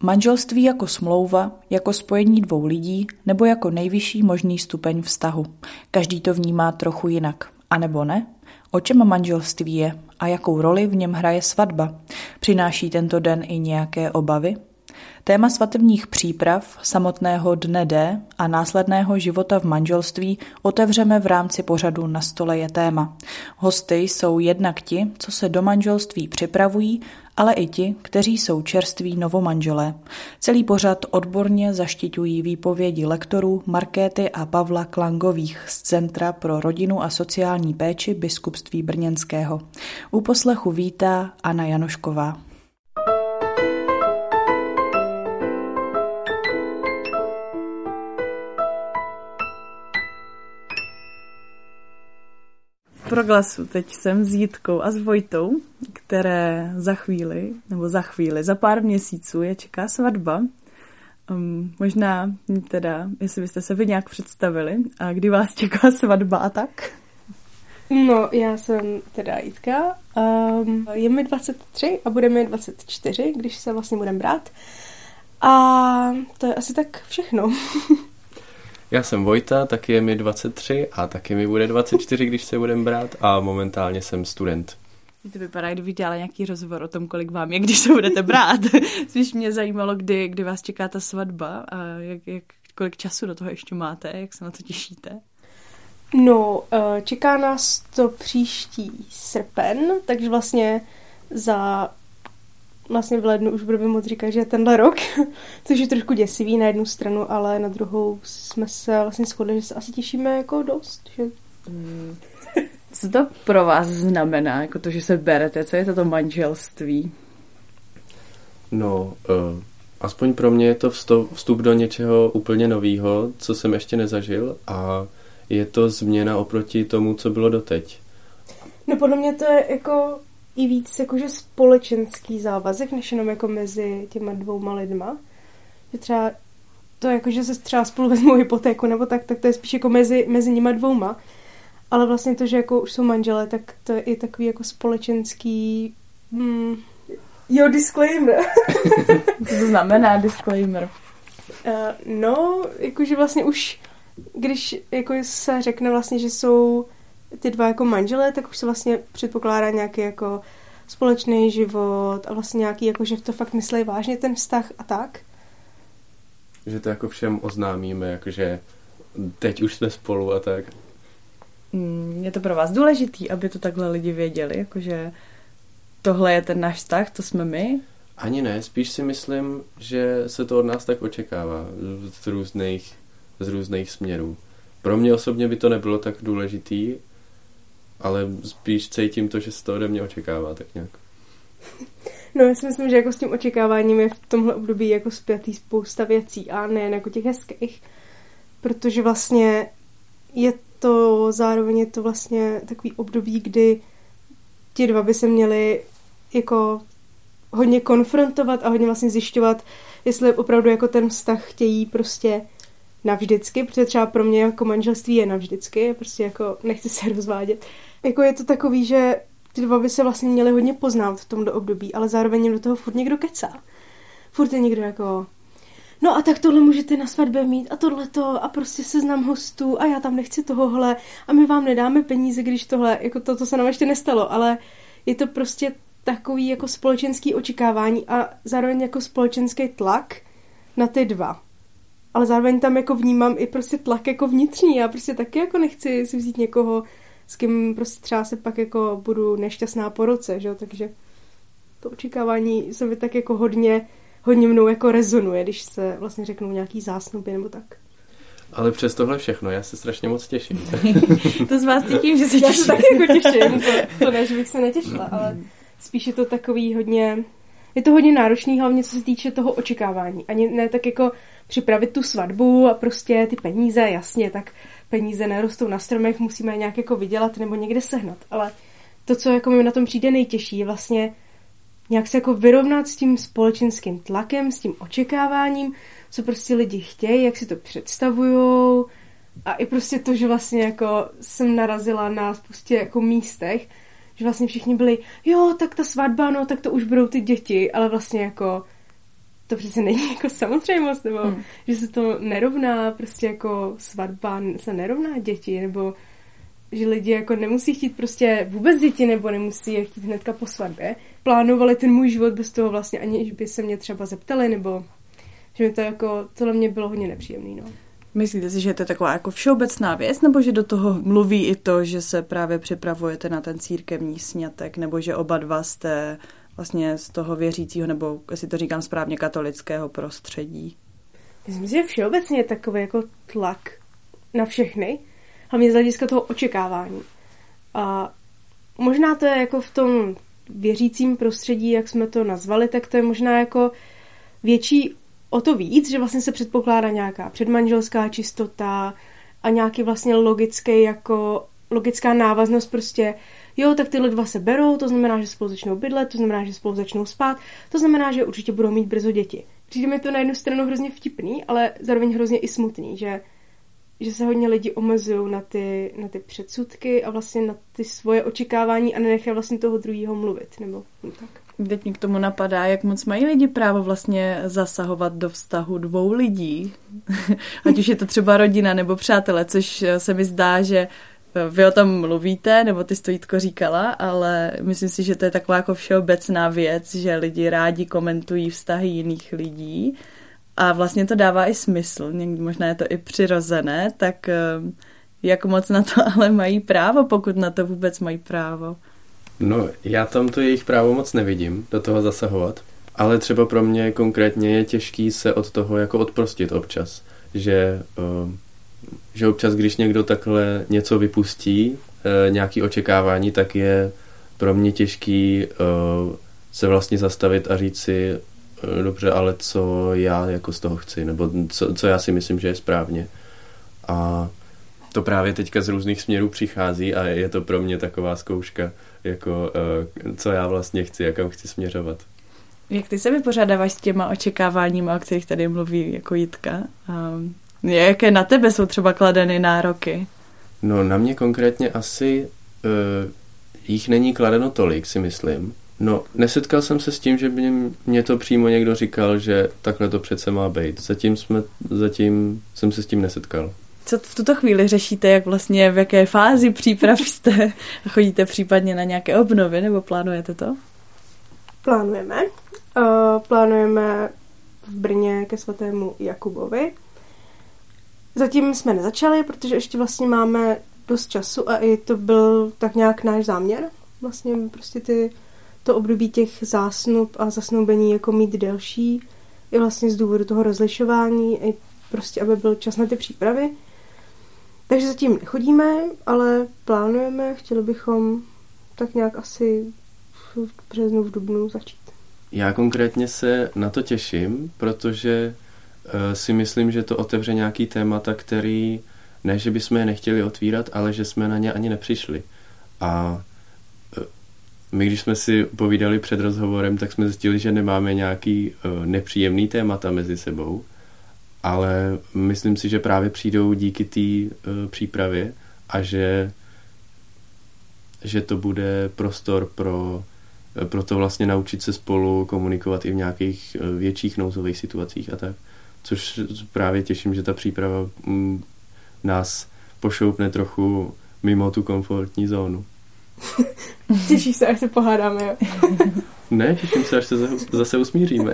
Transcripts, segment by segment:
Manželství jako smlouva, jako spojení dvou lidí nebo jako nejvyšší možný stupeň vztahu. Každý to vnímá trochu jinak. A nebo ne? O čem manželství je a jakou roli v něm hraje svatba? Přináší tento den i nějaké obavy? Téma svatebních příprav, samotného dne D a následného života v manželství otevřeme v rámci pořadu Na stole je téma. Hosty jsou jednak ti, co se do manželství připravují, ale i ti, kteří jsou čerství novomanželé. Celý pořad odborně zaštiťují výpovědi lektorů Markéty a Pavla Klangových z Centra pro rodinu a sociální péči Biskupství brněnského. U poslechu vítá Anna Janošková. Pro glasu teď jsem s Jitkou a s Vojtou, které za pár měsíců je čeká svatba. Možná teda, jestli byste se vy nějak představili, a kdy vás čeká svatba a tak? No, já jsem teda Jitka, je mi 23 a bude mi 24, když se vlastně budeme brát. A to je asi tak všechno. Já jsem Vojta, taky je mi 23 a taky mi bude 24, když se budeme brát a momentálně jsem student. To vypadá, kdyby dělala nějaký rozhovor o tom, kolik vám je, když se budete brát. Spíš mě zajímalo, kdy vás čeká ta svatba a kolik času do toho ještě máte, jak se na to těšíte. No, čeká nás to příští srpen, takže vlastně v lednu už budeme moct říkat, že je tenhle rok, což je trošku děsivý na jednu stranu, ale na druhou jsme se vlastně shodli, že se asi těšíme jako dost. Že... Co to pro vás znamená, jako to, že se berete? Co je to manželství? No, aspoň pro mě je to vstup do něčeho úplně novýho, co jsem ještě nezažil a je to změna oproti tomu, co bylo doteď. No podle mě to je jako i víc jakože společenský závazek, než jenom jako mezi těma dvouma lidma. Že třeba to jako, že se třeba spolu vezmou hypotéku nebo tak to je spíš jako mezi nima dvouma. Ale vlastně to, že jako už jsou manželé, tak to je i takový jako společenský... disclaimer. Co to znamená disclaimer? No, jakože vlastně už, když jako se řekne vlastně, že jsou ty dva jako manželé, tak už se vlastně předpokládá nějaký jako společný život a vlastně nějaký jako, že to fakt myslí vážně ten vztah a tak. Že to jako všem oznámíme, jakože teď už jsme spolu a tak. Je to pro vás důležitý, aby to takhle lidi věděli, jakože tohle je ten náš vztah, to jsme my? Ani ne, spíš si myslím, že se to od nás tak očekává z různých směrů. Pro mě osobně by to nebylo tak důležitý, ale spíš cítím to, že se to ode mě očekává tak nějak. No já si myslím, že jako s tím očekáváním je v tomhle období jako spjatý spousta věcí a nejen jako těch hezkých, protože vlastně zároveň je to vlastně takový období, kdy ti dva by se měli jako hodně konfrontovat a hodně vlastně zjišťovat, jestli opravdu jako ten vztah chtějí prostě navždycky, protože třeba pro mě jako manželství je navždycky, prostě jako nechci se rozvádět. Jako je to takový, že ty dva by se vlastně měli hodně poznávat v tomto období, ale zároveň jim do toho furt někdo kecá. Furt je někdo jako, no a tak tohle můžete na svatbě mít a tohleto a prostě seznam hostů a já tam nechci tohohle a my vám nedáme peníze, když tohle, jako to se nám ještě nestalo, ale je to prostě takový jako společenský očekávání a zároveň jako společenský tlak na ty dva. Ale zároveň tam jako vnímám i prostě tlak jako vnitřní. Já prostě taky jako nechci si vzít někoho, s kým prostě třeba se pak jako budu nešťastná po roce, že jo, takže to očekávání se mi tak jako hodně mnou jako rezonuje, když se vlastně řeknou nějaký zásnuby nebo tak. Ale přes tohle všechno, já se strašně moc těším. To z vás cítím, že se těším. Já se taky jako těším, to ne, že bych se netěšila, ale spíš je to takový je to hodně náročný, hlavně co se týče toho očekávání. Ani ne tak jako připravit tu svatbu a prostě ty peníze, jasně, tak peníze nerostou na stromech, musíme je nějak jako vydělat nebo někde sehnat. Ale to, co jako mi na tom přijde nejtěžší, je vlastně nějak se jako vyrovnat s tím společenským tlakem, s tím očekáváním, co prostě lidi chtějí, jak si to představujou. A i prostě to, že vlastně jako jsem narazila na spoustě jako místech, že vlastně všichni byli, jo, tak ta svatba, no, tak to už budou ty děti, ale vlastně jako to přece není jako samozřejmost, nebo že se to nerovná, prostě jako svatba se nerovná děti, nebo že lidi jako nemusí chtít prostě vůbec děti, nebo nemusí je chtít hnedka po svatbě. Plánovali ten můj život bez toho vlastně, aniž by se mě třeba zeptali, nebo že mi to jako, tohle mě bylo hodně nepříjemný, no. Myslíte si, že je to taková jako všeobecná věc, nebo že do toho mluví i to, že se právě připravujete na ten církevní sňatek, nebo že oba dva jste vlastně z toho věřícího, nebo jestli to říkám správně, katolického prostředí? Myslím si, že všeobecně je takový jako tlak na všechny, hlavně z hlediska toho očekávání. A možná to je jako v tom věřícím prostředí, jak jsme to nazvali, tak to je možná jako větší o to víc, že vlastně se předpokládá nějaká předmanželská čistota a nějaký vlastně logická návaznost prostě, jo, tak tyhle dva se berou, to znamená, že spolu začnou bydlet, to znamená, že spolu začnou spát, to znamená, že určitě budou mít brzo děti. Přijde mi to na jednu stranu hrozně vtipný, ale zároveň hrozně i smutný, že se hodně lidi omezují na ty předsudky a vlastně na ty svoje očekávání a nenechají vlastně toho druhého mluvit, nebo tak. Teď mě k tomu napadá, jak moc mají lidi právo vlastně zasahovat do vztahu dvou lidí. Ať už je to třeba rodina nebo přátelé, což se mi zdá, že vy o tom mluvíte, nebo ty jsi to, Jitko, říkala, ale myslím si, že to je taková jako všeobecná věc, že lidi rádi komentují vztahy jiných lidí a vlastně to dává i smysl. Někdy možná je to i přirozené, tak jak moc na to ale mají právo, pokud na to vůbec mají právo? No, já tam to jejich právo moc nevidím, do toho zasahovat, ale třeba pro mě konkrétně je těžký se od toho jako odprostit občas, že občas, když někdo takhle něco vypustí, nějaké očekávání, tak je pro mě těžký se vlastně zastavit a říct si, dobře, ale co já jako z toho chci, nebo co já si myslím, že je správně. A to právě teďka z různých směrů přichází a je to pro mě taková zkouška, jako co já vlastně chci, jak chci směřovat. Jak ty se vypořádáváš s těma očekáváníma, o kterých tady mluví jako Jitka? Jaké na tebe jsou třeba kladeny nároky? No, na mě konkrétně asi jich není kladeno tolik, si myslím. No, nesetkal jsem se s tím, že by mě to přímo někdo říkal, že takhle to přece má být. Zatím jsem se s tím nesetkal. Co v tuto chvíli řešíte, jak vlastně v jaké fázi příprav jste? Chodíte případně na nějaké obnovy, nebo plánujete to? Plánujeme. Plánujeme v Brně ke svatému Jakubovi. Zatím jsme nezačali, protože ještě vlastně máme dost času a i to byl tak nějak náš záměr. Vlastně prostě to období těch zásnub a zasnoubení jako mít delší i vlastně z důvodu toho rozlišování i prostě, aby byl čas na ty přípravy. Takže zatím nechodíme, ale plánujeme, chtěli bychom tak nějak asi v březnu, v dubnu začít. Já konkrétně se na to těším, protože si myslím, že to otevře nějaký témata, který ne, že bychom je nechtěli otvírat, ale že jsme na ně ani nepřišli. A my, když jsme si povídali před rozhovorem, tak jsme zjistili, že nemáme nějaký nepříjemný témata mezi sebou, ale myslím si, že právě přijdou díky té přípravě a že to bude prostor pro to vlastně naučit se spolu komunikovat i v nějakých větších nouzových situacích a tak. Což právě těším, že ta příprava nás pošoupne trochu mimo tu komfortní zónu. Těšíš se, až se pohádáme, jo? Ne, těším se, až se zase usmíříme.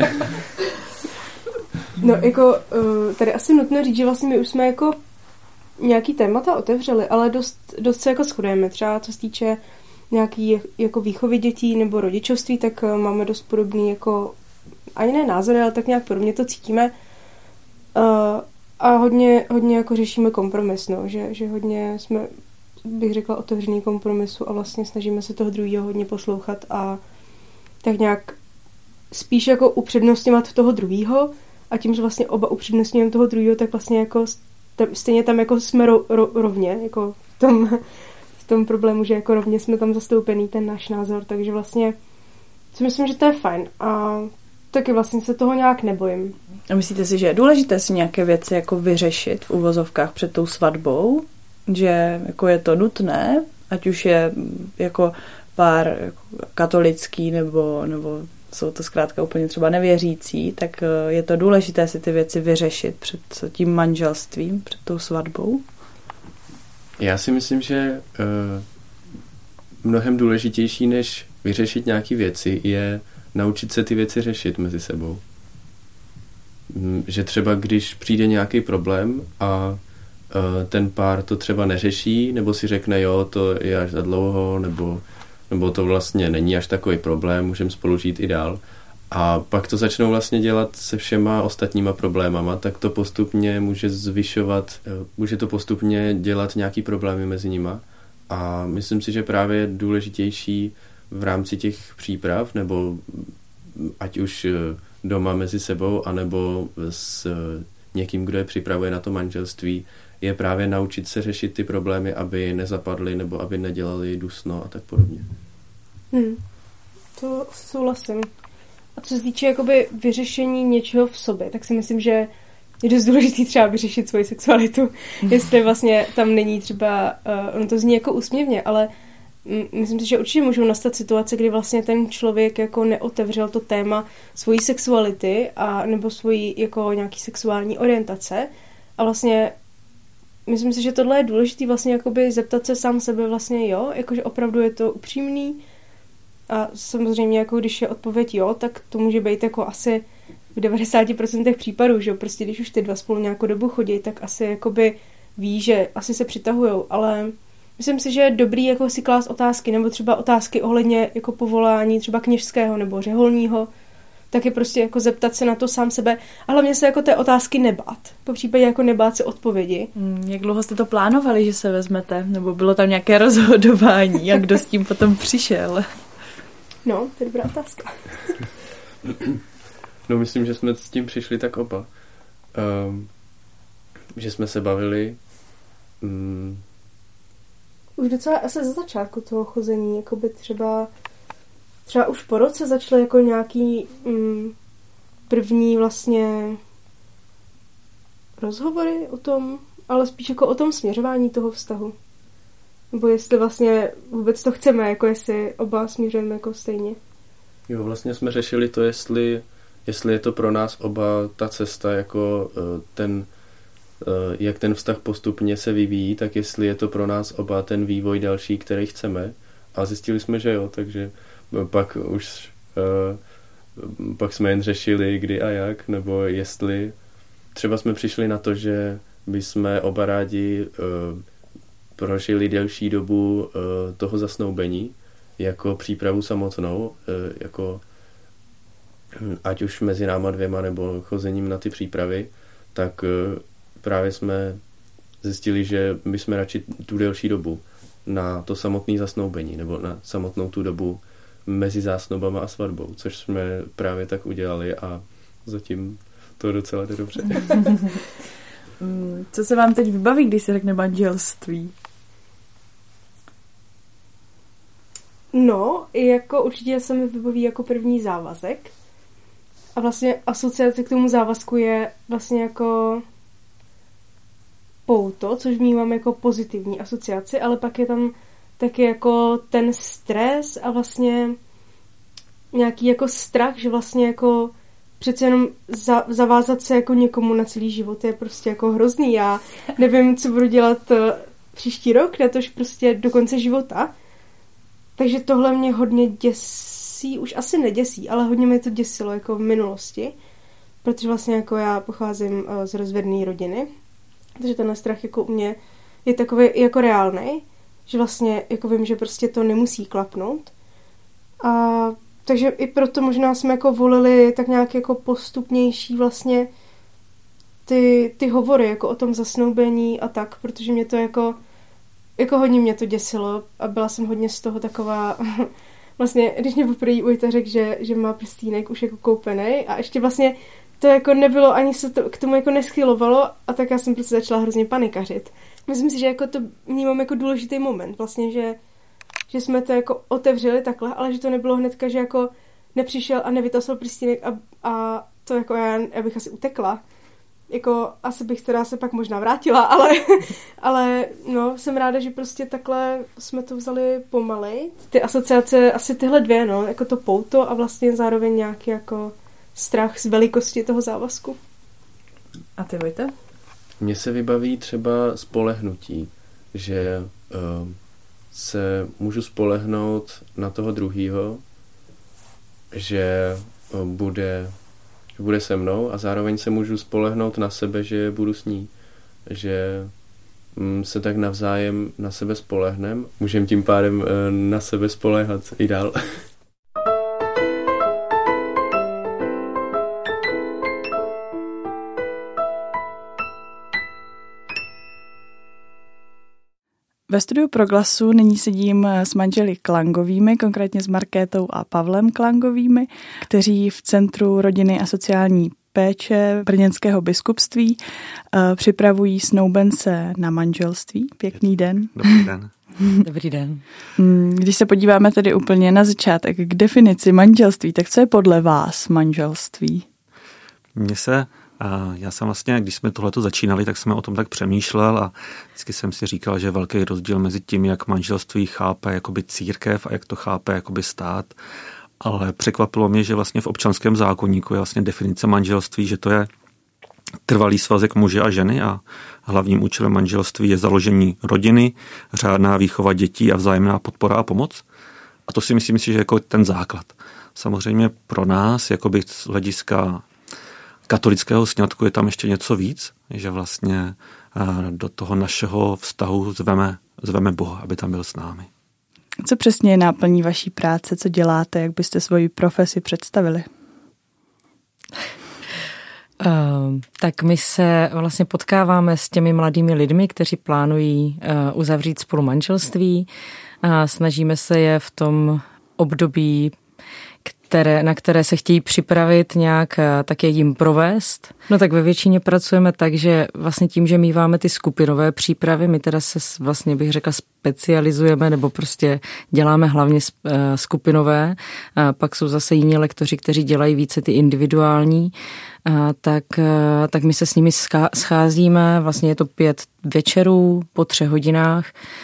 No, jako tady asi nutno říct, že vlastně my už jsme jako nějaký témata otevřeli, ale dost se jako shodujeme. Třeba co se týče nějaký jako výchovy dětí nebo rodičovství, tak máme dost podobný jako ani ne názory, ale tak nějak podobně to cítíme. A hodně jako řešíme kompromis, no, že hodně jsme, bych řekla, otevřený kompromisu a vlastně snažíme se toho druhého hodně poslouchat a tak nějak spíš jako upřednostňovat toho druhého a tím, že vlastně oba upřednostňujeme toho druhého, tak vlastně jako stejně tam jako jsme rovně, jako v tom problému, že jako rovně jsme tam zastoupený ten náš názor, takže vlastně si myslím, že to je fajn a taky vlastně se toho nějak nebojím. A myslíte si, že je důležité si nějaké věci jako vyřešit v uvozovkách před tou svatbou? Že jako je to nutné, ať už je jako pár jako katolický nebo jsou to zkrátka úplně třeba nevěřící, tak je to důležité si ty věci vyřešit před tím manželstvím, před tou svatbou? Já si myslím, že mnohem důležitější, než vyřešit nějaké věci, je naučit se ty věci řešit mezi sebou. Že třeba když přijde nějaký problém a ten pár to třeba neřeší, nebo si řekne, jo, to je až za dlouho, nebo to vlastně není až takový problém, můžeme spolu žít i dál. A pak to začnou vlastně dělat se všema ostatníma problémama, tak to postupně může zvyšovat, může to postupně dělat nějaký problémy mezi nima. A myslím si, že právě je důležitější v rámci těch příprav, nebo ať už doma mezi sebou, anebo s někým, kdo je připravuje na to manželství, je právě naučit se řešit ty problémy, aby nezapadly nebo aby nedělali dusno a tak podobně. To souhlasím. A co se týče jakoby vyřešení něčeho v sobě, tak si myslím, že je dost důležitý třeba vyřešit svoji sexualitu. Jestli vlastně tam není třeba, ono to zní jako úsměvně, ale myslím si, že určitě můžou nastat situace, kdy vlastně ten člověk jako neotevřel to téma svojí sexuality a nebo svojí jako nějaký sexuální orientace a vlastně myslím si, že tohle je důležitý vlastně jakoby zeptat se sám sebe vlastně jo, jakože opravdu je to upřímný a samozřejmě jako když je odpověď jo, tak to může být jako asi v 90% případů, že jo, prostě když už ty dva spolu nějakou dobu chodí, tak asi jakoby ví, že asi se přitahujou, ale myslím si, že je dobrý jako si klást otázky, nebo třeba otázky ohledně jako povolání třeba kněžského nebo řeholního, tak je prostě jako zeptat se na to sám sebe a hlavně se jako té otázky nebát. Po případě jako nebát se odpovědi. Jak dlouho jste to plánovali, že se vezmete? Nebo bylo tam nějaké rozhodování? Jak kdo s tím potom přišel? No, to je dobrá otázka. No, myslím, že jsme s tím přišli tak oba. Že jsme se bavili. Už docela asi za začátku toho chození, jako by třeba už po roce začaly jako nějaký první vlastně rozhovory o tom, ale spíš jako o tom směřování toho vztahu. Nebo jestli vlastně vůbec to chceme, jako jestli oba směřujeme jako stejně. Jo, vlastně jsme řešili to, jestli je to pro nás oba ta cesta, jako jak ten vztah postupně se vyvíjí, tak jestli je to pro nás oba ten vývoj další, který chceme. A zjistili jsme, že jo, takže pak jsme jen řešili kdy a jak, nebo jestli třeba jsme přišli na to, že bychom oba rádi prožili delší dobu toho zasnoubení jako přípravu samotnou, jako ať už mezi náma dvěma nebo chozením na ty přípravy, tak právě jsme zjistili, že bychom radši tu delší dobu na to samotné zasnoubení nebo na samotnou tu dobu mezi zásnubama a svatbou, což jsme právě tak udělali a zatím to docela jde dobře. Co se vám teď vybaví, když se řekne manželství? No, jako určitě se mi vybaví jako první závazek. A vlastně asociace k tomu závazku je vlastně jako pouto, což vnímám jako pozitivní asociaci, ale pak je tam taky jako ten stres a vlastně nějaký jako strach, že vlastně jako přece jenom zavázat se jako někomu na celý život je prostě jako hrozný. Já nevím, co budu dělat příští rok, natož prostě do konce života. Takže tohle mě hodně děsí, už asi neděsí, ale hodně mě to děsilo jako v minulosti, protože vlastně jako já pocházím z rozvedené rodiny, takže ten strach jako u mě je takový jako reálnej, že vlastně jako vím, že prostě to nemusí klapnout. A takže i proto možná jsme jako volili tak nějak jako postupnější vlastně ty hovory jako o tom zasnoubení a tak, protože mě to jako hodně mě to děsilo a byla jsem hodně z toho taková, vlastně, když mě poprvé Ujta řekl, že má prstýnek už jako koupený a ještě vlastně to jako nebylo, ani se to k tomu jako neschylovalo a tak já jsem prostě začala hrozně panikařit. Myslím si, že jako to vnímám jako důležitý moment, vlastně, že jsme to jako otevřeli takhle, ale že to nebylo hnedka, že jako nepřišel a nevytasil prstýnek a to jako já bych asi utekla. jako asi bych teda se pak možná vrátila, ale no, jsem ráda, že prostě takhle jsme to vzali pomalej. Ty asociace, asi tyhle dvě, no, jako to pouto a vlastně zároveň nějaký jako strach z velikosti toho závazku. A ty, Vojte? Mně se vybaví třeba spolehnutí, že se můžu spolehnout na toho druhýho, že bude se mnou a zároveň se můžu spolehnout na sebe, že budu s ní. Že se tak navzájem na sebe spolehnem. Můžeme tím pádem na sebe spoléhat i dál. Ve studiu Proglasu nyní sedím s manželi Klangovými, konkrétně s Markétou a Pavlem Klangovými, kteří v Centru rodiny a sociální péče Brněnského biskupství připravují snoubence na manželství. Pěkný den. Dobrý den. Dobrý den. Když se podíváme tedy úplně na začátek k definici manželství, tak co je podle vás manželství? Já jsem vlastně, když jsme tohleto začínali, tak jsem o tom tak přemýšlel a vždycky jsem si říkal, že je velký rozdíl mezi tím, jak manželství chápe jakoby církev a jak to chápe jakoby stát. Ale překvapilo mě, že vlastně v občanském zákoníku je vlastně definice manželství, že to je trvalý svazek muže a ženy a hlavním účelem manželství je založení rodiny, řádná výchova dětí a vzájemná podpora a pomoc. A to si myslím, že je jako ten základ. Samozřejmě pro nás, jakoby z hlediska katolického sňatku je tam ještě něco víc, že vlastně do toho našeho vztahu zveme Boha, aby tam byl s námi. Co přesně je náplní vaší práce, co děláte, jak byste svoji profesi představili? Tak my se vlastně potkáváme s těmi mladými lidmi, kteří plánují uzavřít spolu manželství a snažíme se je v tom období, na které se chtějí připravit nějak, tak je jim provést. No tak ve většině pracujeme tak, že vlastně tím, že míváme ty skupinové přípravy, my teda se vlastně bych řekla specializujeme nebo prostě děláme hlavně skupinové, a pak jsou zase jiní lektoři, kteří dělají více ty individuální, tak my se s nimi scházíme, vlastně je to 5 večerů po 3 hodinách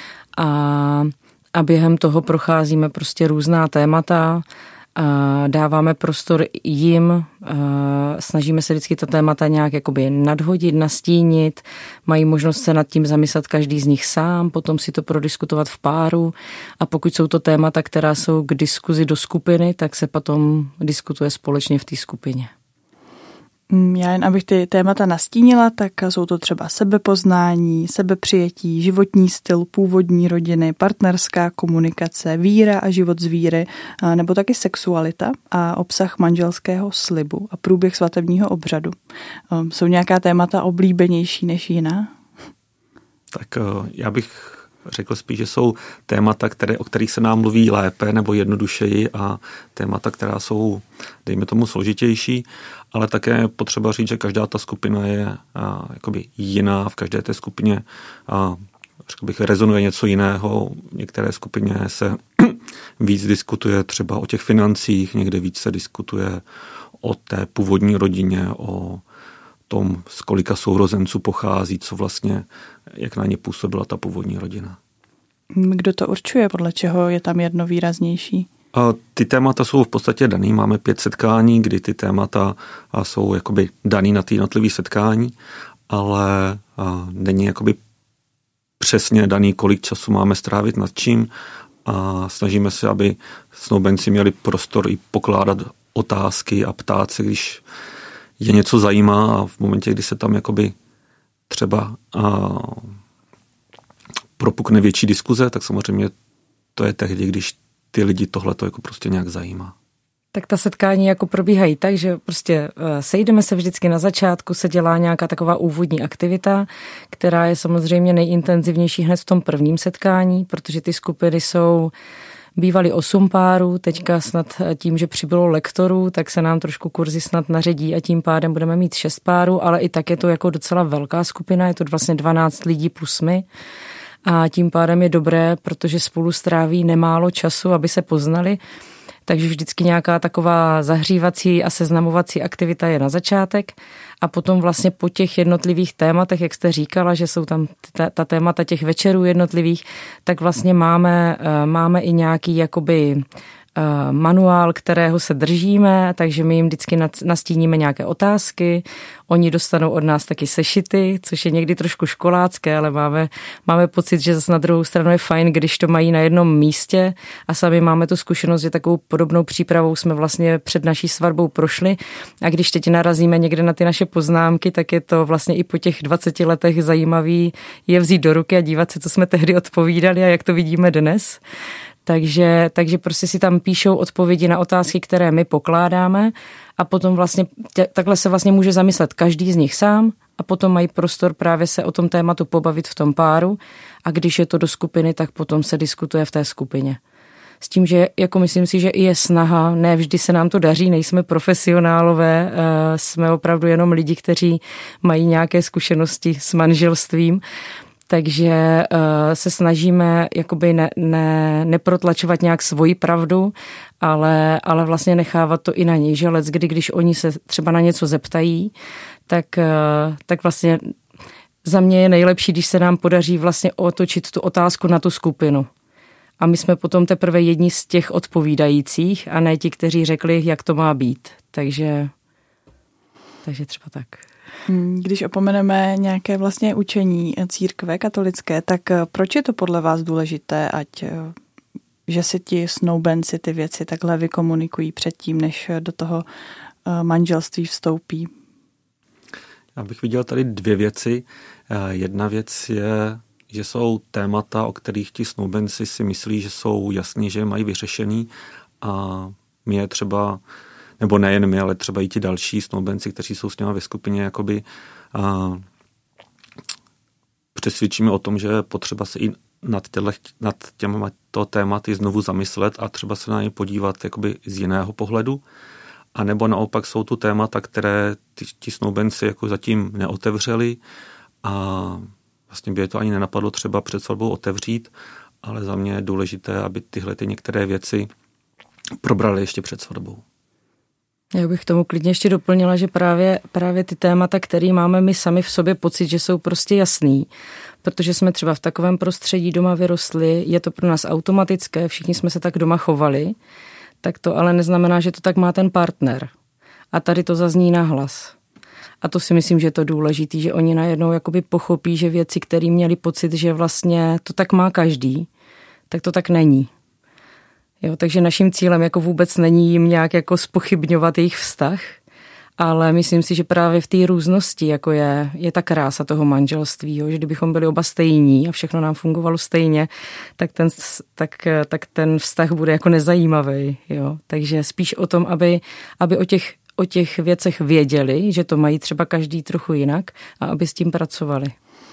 a během toho procházíme prostě různá témata, dáváme prostor jim, snažíme se vždycky ta témata nějak jakoby nadhodit, nastínit, mají možnost se nad tím zamyslet každý z nich sám, potom si to prodiskutovat v páru a pokud jsou to témata, která jsou k diskuzi do skupiny, tak se potom diskutuje společně v té skupině. Já jen abych ty témata nastínila, tak jsou to třeba sebepoznání, sebepřijetí, životní styl původní rodiny, partnerská komunikace, víra a život z víry, nebo taky sexualita a obsah manželského slibu a průběh svatebního obřadu. Jsou nějaká témata oblíbenější než jiná? Tak já bych řekl spíš, že jsou témata, o kterých se nám mluví lépe nebo jednodušeji a témata, která jsou, dejme tomu, složitější, ale také je potřeba říct, že každá ta skupina je jakoby jiná, v každé té skupině řekl bych, rezonuje něco jiného. V některé skupině se víc diskutuje třeba o těch financích, někde víc se diskutuje o té původní rodině, o tom, z kolika sourozenců pochází, co vlastně, jak na ně působila ta původní rodina. Kdo to určuje, podle čeho je tam jedno výraznější? Ty témata jsou v podstatě daný. Máme 5 setkání, kdy ty témata jsou jakoby daný na ty jednotlivé setkání, ale není jakoby přesně daný, kolik času máme strávit nad čím a snažíme se, aby snoubenci měli prostor i pokládat otázky a ptát se, když je něco zajímá a v momentě, kdy se tam jakoby třeba propukne větší diskuze, tak samozřejmě to je tehdy, když ty lidi tohleto jako prostě nějak zajímá. Tak ta setkání jako probíhají tak, že prostě sejdeme se vždycky na začátku, se dělá nějaká taková úvodní aktivita, která je samozřejmě nejintenzivnější hned v tom prvním setkání, protože ty skupiny bývaly 8 párů, teďka snad tím, že přibylo lektorů, tak se nám trošku kurzy snad naředí a tím pádem budeme mít 6 párů, ale i tak je to jako docela velká skupina, je to vlastně 12 lidí plus my. A tím pádem je dobré, protože spolu stráví nemálo času, aby se poznali. Takže vždycky nějaká taková zahřívací a seznamovací aktivita je na začátek A potom vlastně po těch jednotlivých tématech, jak jste říkala, že jsou tam ta témata těch večerů jednotlivých, tak vlastně máme i nějaký jakoby manuál, kterého se držíme, takže my jim vždycky nastíníme nějaké otázky, oni dostanou od nás taky sešity, což je někdy trošku školácké, ale máme pocit, že zase na druhou stranu je fajn, když to mají na jednom místě a sami máme tu zkušenost, že takovou podobnou přípravou jsme vlastně před naší svatbou prošli a když teď narazíme někde na ty naše poznámky, tak je to vlastně i po těch 20 letech zajímavý je vzít do ruky a dívat se, co jsme tehdy odpovídali a jak to vidíme dnes. Takže prostě si tam píšou odpovědi na otázky, které my pokládáme a potom vlastně takhle se vlastně může zamyslet každý z nich sám a potom mají prostor právě se o tom tématu pobavit v tom páru a když je to do skupiny, tak potom se diskutuje v té skupině. S tím, že jako myslím si, že i je snaha, ne vždy se nám to daří, nejsme profesionálové, jsme opravdu jenom lidi, kteří mají nějaké zkušenosti s manželstvím, takže se snažíme jakoby neprotlačovat nějak svoji pravdu, ale vlastně nechávat to i na nich, že leckdy, když oni se třeba na něco zeptají, tak vlastně za mě je nejlepší, když se nám podaří vlastně otočit tu otázku na tu skupinu. A my jsme potom teprve jedni z těch odpovídajících a ne ti, kteří řekli, jak to má být. Takže třeba tak. Když opomeneme nějaké vlastně učení církve katolické, tak proč je to podle vás důležité, že si ti snoubenci ty věci takhle vykomunikují předtím, než do toho manželství vstoupí? Já bych viděl tady dvě věci. Jedna věc je, že jsou témata, o kterých ti snoubenci si myslí, že jsou jasný, že je mají vyřešený a my je třeba, nebo nejen my, ale třeba i ti další snoubenci, kteří jsou s nimi ve skupině, jakoby přesvědčíme o tom, že je potřeba se i nad těmito tématy znovu zamyslet a třeba se na ně podívat jakoby z jiného pohledu. A nebo naopak jsou tu témata, které ti snoubenci jako zatím neotevřeli a vlastně by je to ani nenapadlo třeba před svatbou otevřít, ale za mě je důležité, aby tyhle některé věci probrali ještě před svatbou. Já bych tomu klidně ještě doplnila, že právě ty témata, které máme my sami v sobě pocit, že jsou prostě jasný, protože jsme třeba v takovém prostředí doma vyrostli, je to pro nás automatické, všichni jsme se tak doma chovali, tak to ale neznamená, že to tak má ten partner. A tady to zazní nahlas. A to si myslím, že je to důležité, že oni najednou jakoby pochopí, že věci, které měli pocit, že vlastně to tak má každý, tak to tak není. Jo, takže naším cílem jako vůbec není jim nějak jako zpochybňovat jejich vztah, ale myslím si, že právě v té různosti jako je ta krása toho manželství, jo, že kdybychom byli oba stejní a všechno nám fungovalo stejně, tak ten vztah bude jako nezajímavý. Jo. Takže spíš o tom, aby o těch věcech věděli, že to mají třeba každý trochu jinak a aby s tím pracovali.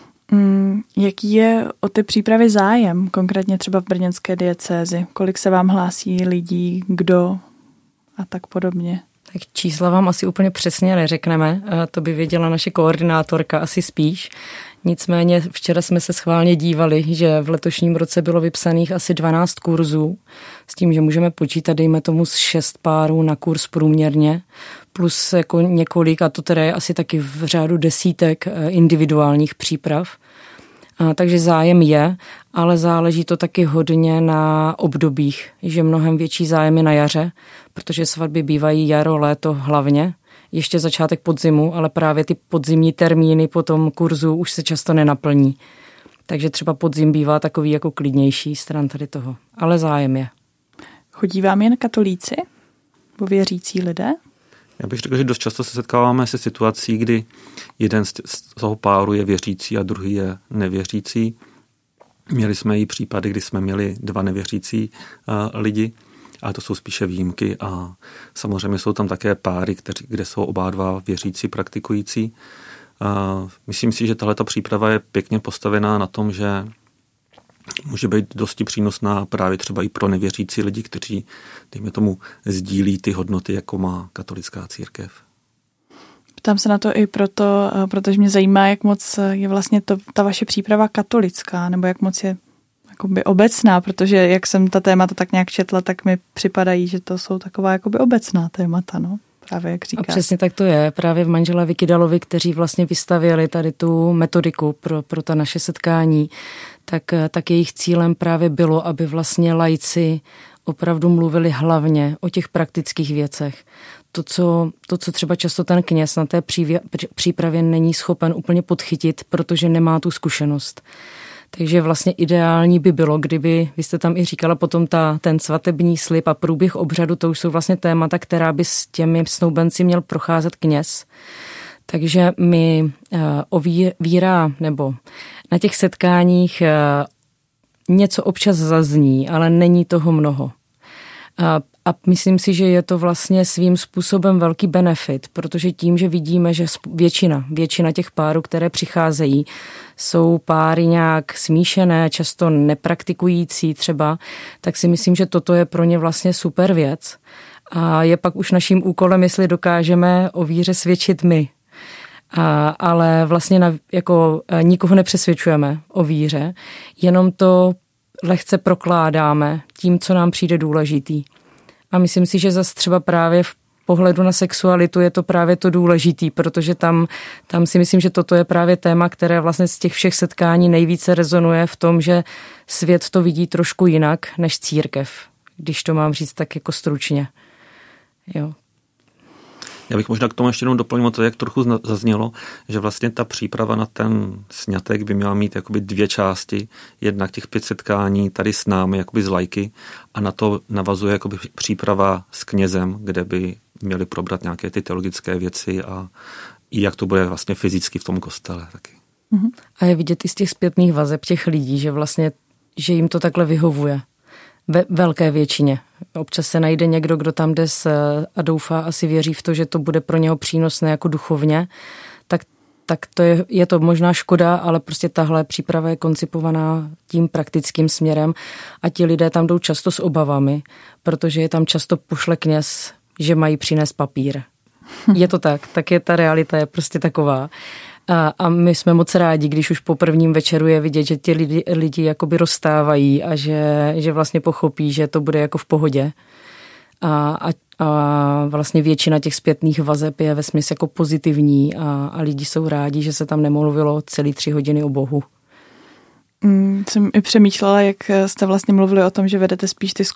Jaký je o ty přípravy zájem, konkrétně třeba v brněnské diecézi? Kolik se vám hlásí lidí, kdo a tak podobně? Tak čísla vám asi úplně přesně neřekneme, to by věděla naše koordinátorka asi spíš. Nicméně včera jsme se schválně dívali, že v letošním roce bylo vypsaných asi 12 kurzů, s tím, že můžeme počítat, dejme tomu, z 6 párů na kurz průměrně, plus jako několik, a to teda je asi taky v řádu desítek individuálních příprav. Takže zájem je, ale záleží to taky hodně na obdobích, že mnohem větší zájem je na jaře, protože svatby bývají jaro, léto hlavně, ještě začátek podzimu, ale právě ty podzimní termíny po tom kurzu už se často nenaplní. Takže třeba podzim bývá takový jako klidnější stran tady toho, ale zájem je. Chodí vám jen katolíci? Nebo věřící lidé? Já bych řekl, že dost často se setkáváme se situací, kdy jeden z toho páru je věřící a druhý je nevěřící. Měli jsme i případy, kdy jsme měli 2 nevěřící lidi, ale to jsou spíše výjimky a samozřejmě jsou tam také páry, kde jsou oba dva věřící, praktikující. Myslím si, že tahleta příprava je pěkně postavená na tom, že může být dosti přínosná právě třeba i pro nevěřící lidi, kteří, dejme tomu, sdílí ty hodnoty, jako má katolická církev. Ptám se na to i proto, protože mě zajímá, jak moc je vlastně ta vaše příprava katolická, nebo jak moc je jakoby obecná, protože jak jsem ta témata tak nějak četla, tak mi připadají, že to jsou taková jakoby obecná témata, no. právě jak říkáš. A přesně tak to je. Právě v manželé Vykydalovi, kteří vlastně vystavěli tady tu metodiku pro ta naše setkání, tak jejich cílem právě bylo, aby vlastně laici opravdu mluvili hlavně o těch praktických věcech. To, co třeba často ten kněz na té přípravě není schopen úplně podchytit, protože nemá tu zkušenost. Takže vlastně ideální by bylo, kdyby, vy jste tam i říkala potom ten svatební slib a průběh obřadu, to už jsou vlastně témata, která by s těmi snoubenci měl procházet kněz. Takže mi o víra nebo na těch setkáních něco občas zazní, ale není toho mnoho. A myslím si, že je to vlastně svým způsobem velký benefit, protože tím, že vidíme, že většina těch párů, které přicházejí, jsou páry nějak smíšené, často nepraktikující třeba, tak si myslím, že toto je pro ně vlastně super věc. A je pak už naším úkolem, jestli dokážeme o víře svědčit my. Ale vlastně nikoho nepřesvědčujeme o víře, jenom to lehce prokládáme tím, co nám přijde důležitý. A myslím si, že zase třeba právě v pohledu na sexualitu je to právě to důležitý, protože tam si myslím, že toto je právě téma, které vlastně z těch všech setkání nejvíce rezonuje v tom, že svět to vidí trošku jinak než církev, když to mám říct tak jako stručně. Jo. Já bych možná k tomu ještě jenom doplnil to, jak trochu zaznělo, že vlastně ta příprava na ten sňatek by měla mít jakoby 2 části. Jednak těch 5 setkání tady s námi, jakoby z lajky, a na to navazuje jakoby příprava s knězem, kde by měli probrat nějaké ty teologické věci a i jak to bude vlastně fyzicky v tom kostele taky. A je vidět i z těch zpětných vazeb těch lidí, že vlastně, že jim to takhle vyhovuje. Ve velké většině. Občas se najde někdo, kdo tam jde a doufá, asi věří v to, že to bude pro něho přínosné jako duchovně, tak to je to možná škoda, ale prostě tahle příprava je koncipovaná tím praktickým směrem a ti lidé tam jdou často s obavami, protože je tam často pošle kněz, že mají přinést papír. Je to tak je ta realita je prostě taková. A my jsme moc rádi, když už po prvním večeru je vidět, že ti lidi jakoby rozstávají a že vlastně pochopí, že to bude jako v pohodě. A vlastně většina těch zpětných vazeb je vesměs jako pozitivní a lidi jsou rádi, že se tam nemluvilo celý 3 hodiny o Bohu. Jsem i přemýšlela, jak jste vlastně mluvili o tom, že vedete spíš ty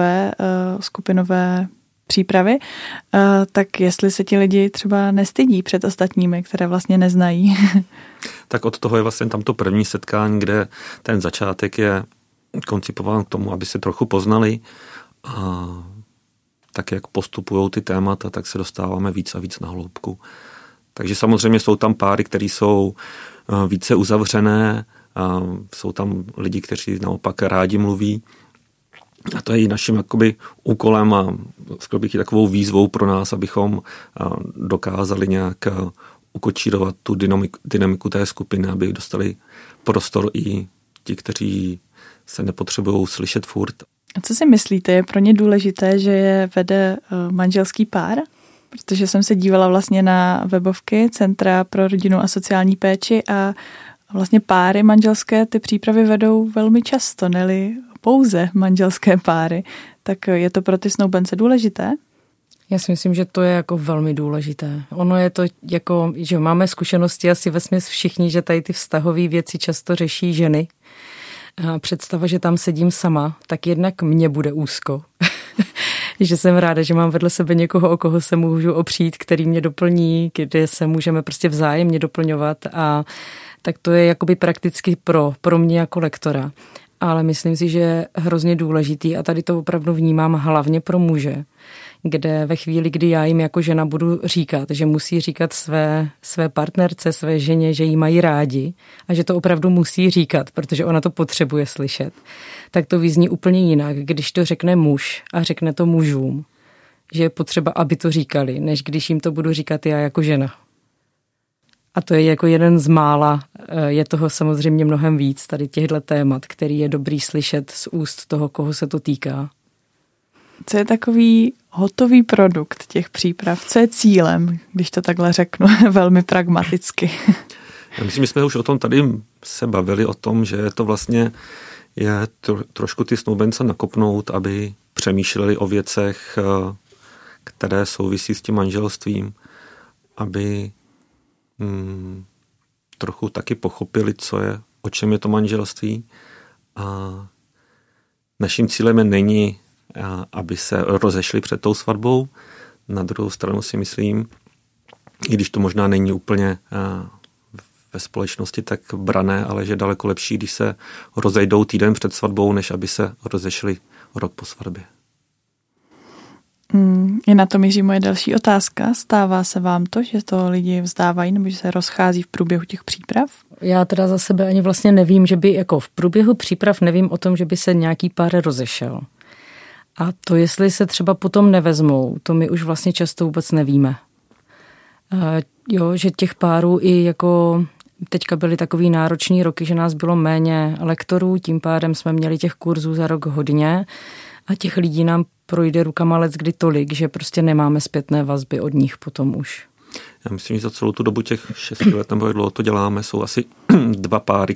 skupinové přípravy, tak jestli se ti lidi třeba nestydí před ostatními, které vlastně neznají. Tak od toho je vlastně tamto první setkání, kde ten začátek je koncipován k tomu, aby se trochu poznali a tak, jak postupují ty témata, tak se dostáváme víc a víc na hloubku. Takže samozřejmě jsou tam páry, které jsou více uzavřené, a jsou tam lidi, kteří naopak rádi mluví. A to je i naším jakoby úkolem a skoro bych i takovou výzvou pro nás, abychom dokázali nějak ukočírovat tu dynamiku té skupiny, aby dostali prostor i ti, kteří se nepotřebují slyšet furt. A co si myslíte, je pro ně důležité, že je vede manželský pár? Protože jsem se dívala vlastně na webovky Centra pro rodinu a sociální péči a vlastně páry manželské ty přípravy vedou velmi často, ne-li pouze manželské páry. Tak je to pro ty snoubence důležité? Já si myslím, že to je jako velmi důležité. Ono je to jako, že máme zkušenosti asi vesměs všichni, že tady ty vztahové věci často řeší ženy. A představa, že tam sedím sama, tak jednak mě bude úzko. Že jsem ráda, že mám vedle sebe někoho, o koho se můžu opřít, který mě doplní, kde se můžeme prostě vzájemně doplňovat a tak to je jakoby prakticky pro mě jako lektora. Ale myslím si, že je hrozně důležitý a tady to opravdu vnímám hlavně pro muže, kde ve chvíli, kdy já jim jako žena budu říkat, že musí říkat své partnerce, své ženě, že jí mají rádi a že to opravdu musí říkat, protože ona to potřebuje slyšet, tak to vyzní úplně jinak, když to řekne muž a řekne to mužům, že je potřeba, aby to říkali, než když jim to budu říkat já jako žena. A to je jako jeden z mála, je toho samozřejmě mnohem víc, tady těchto témat, který je dobrý slyšet z úst toho, koho se to týká. Co je takový hotový produkt těch příprav? Co je cílem, když to takhle řeknu, velmi pragmaticky? Já myslím, že jsme už o tom tady se bavili, o tom, že to vlastně je trošku ty snoubence nakopnout, aby přemýšleli o věcech, které souvisí s tím manželstvím, aby trochu taky pochopili, o čem je to manželství. A naším cílem není, aby se rozešli před tou svatbou. Na druhou stranu si myslím, i když to možná není úplně ve společnosti tak brané, ale že daleko lepší, když se rozejdou týden před svatbou, než aby se rozešli rok po svatbě. Je na to míří moje další otázka. Stává se vám to, že to lidi vzdávají nebo že se rozchází v průběhu těch příprav? Já teda za sebe ani vlastně nevím, že by jako v průběhu příprav nevím o tom, že by se nějaký pár rozešel. A to, jestli se třeba potom nevezmou, to my už vlastně často vůbec nevíme. Že těch párů i jako teďka byly takový náročný roky, že nás bylo méně lektorů, tím pádem jsme měli těch kurzů za rok hodně a těch lidí nám projde rukama leckdy tolik, že prostě nemáme zpětné vazby od nich potom už. Já myslím, že za celou tu dobu těch 6 let, nebo jak dlouho to děláme, jsou asi 2 páry,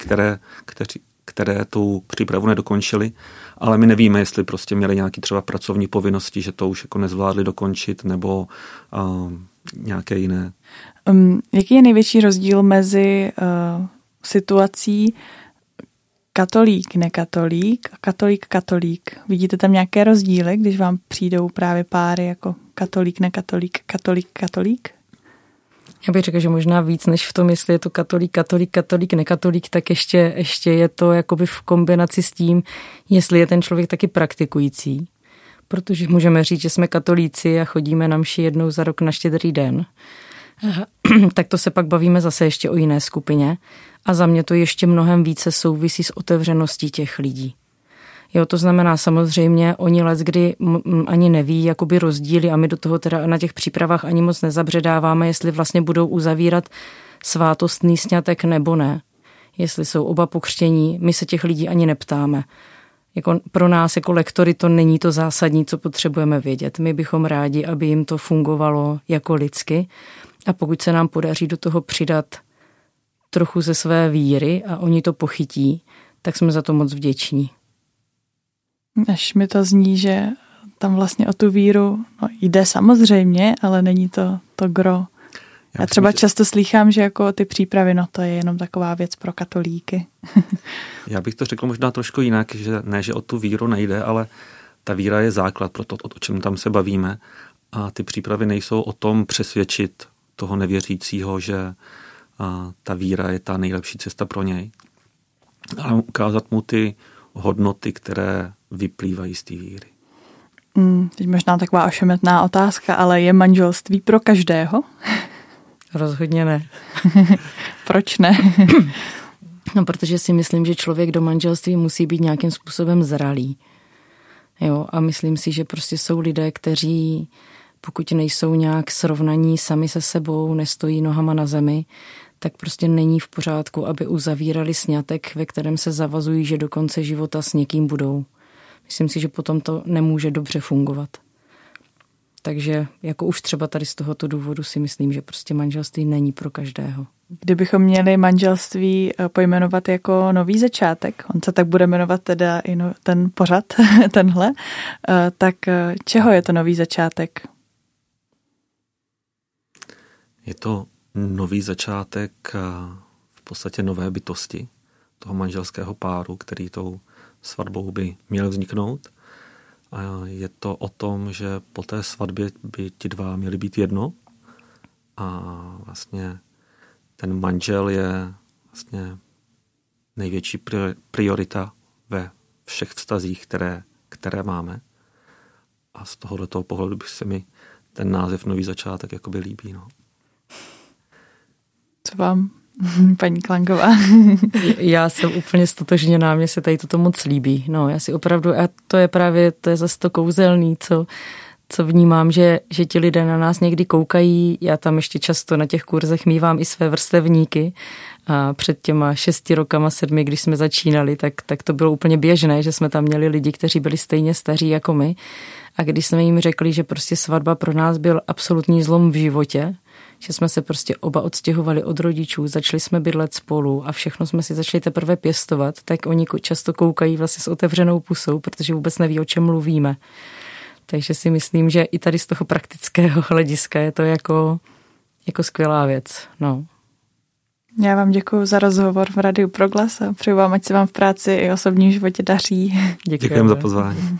které tu přípravu nedokončily, ale my nevíme, jestli prostě měli nějaké třeba pracovní povinnosti, že to už jako nezvládli dokončit, nebo nějaké jiné. Jaký je největší rozdíl mezi situací katolík, nekatolík a katolík? Vidíte tam nějaké rozdíly, když vám přijdou právě páry jako katolík, nekatolík, katolík? Já bych řekla, že možná víc než v tom, jestli je to katolík, nekatolík, tak ještě je to jakoby v kombinaci s tím, jestli je ten člověk taky praktikující. Protože můžeme říct, že jsme katolíci a chodíme na mši jednou za rok na Štědrý den. Tak to se pak bavíme zase ještě o jiné skupině. A za mě to ještě mnohem více souvisí s otevřeností těch lidí. To znamená samozřejmě, oni leckdy ani neví jakoby rozdíly a my do toho teda na těch přípravách ani moc nezabředáváme, jestli vlastně budou uzavírat svátostný sňatek nebo ne. Jestli jsou oba pokřtění, my se těch lidí ani neptáme. Pro nás jako lektory to není to zásadní, co potřebujeme vědět. My bychom rádi, aby jim to fungovalo jako lidsky a pokud se nám podaří do toho přidat trochu ze své víry a oni to pochytí, tak jsme za to moc vděční. Až mi to zní, že tam vlastně o tu víru jde samozřejmě, ale není to gro. Já třeba často slýchám, že jako ty přípravy, to je jenom taková věc pro katolíky. Já bych to řekl možná trošku jinak, že ne, že o tu víru nejde, ale ta víra je základ pro to, o čem tam se bavíme. A ty přípravy nejsou o tom přesvědčit toho nevěřícího, že ta víra je ta nejlepší cesta pro něj, ale ukázat mu ty hodnoty, které vyplývají z té víry. Teď možná taková ošemetná otázka, ale je manželství pro každého? Rozhodně ne. Proč ne? Protože si myslím, že člověk do manželství musí být nějakým způsobem zralý. A myslím si, že prostě jsou lidé, kteří pokud nejsou nějak srovnaní sami se sebou, nestojí nohama na zemi, tak prostě není v pořádku, aby uzavírali sňatek, ve kterém se zavazují, že do konce života s někým budou. Myslím si, že potom to nemůže dobře fungovat. Takže jako už třeba tady z tohoto důvodu si myslím, že prostě manželství není pro každého. Kdybychom měli manželství pojmenovat jako nový začátek, on se tak bude jmenovat teda i ten pořad, tenhle, tak čeho je to nový začátek? Je to nový začátek v podstatě nové bytosti toho manželského páru, který tou svatbou by měl vzniknout. A je to o tom, že po té svatbě by ti dva měli být jedno a vlastně ten manžel je vlastně největší priorita ve všech vztazích, které máme. A z tohoto pohledu by se mi ten název nový začátek jakoby líbí. Co vám, paní Klangová? Já jsem úplně stotožněná, mně se tady toto moc líbí. Já si opravdu, a to je zase to kouzelný, co vnímám, že ti lidé na nás někdy koukají. Já tam ještě často na těch kurzech mívám i své vrstevníky. A před těma 6 rokama, 7, když jsme začínali, tak to bylo úplně běžné, že jsme tam měli lidi, kteří byli stejně staří jako my. A když jsme jim řekli, že prostě svatba pro nás byl absolutní zlom v životě, že jsme se prostě oba odstěhovali od rodičů, začali jsme bydlet spolu a všechno jsme si začali teprve pěstovat, tak oni často koukají vlastně s otevřenou pusou, protože vůbec neví, o čem mluvíme. Takže si myslím, že i tady z toho praktického hlediska je to jako skvělá věc. No. Já vám děkuji za rozhovor v Radiu Proglas a přeju vám, ať se vám v práci i osobním životě daří. Děkujeme za pozvání.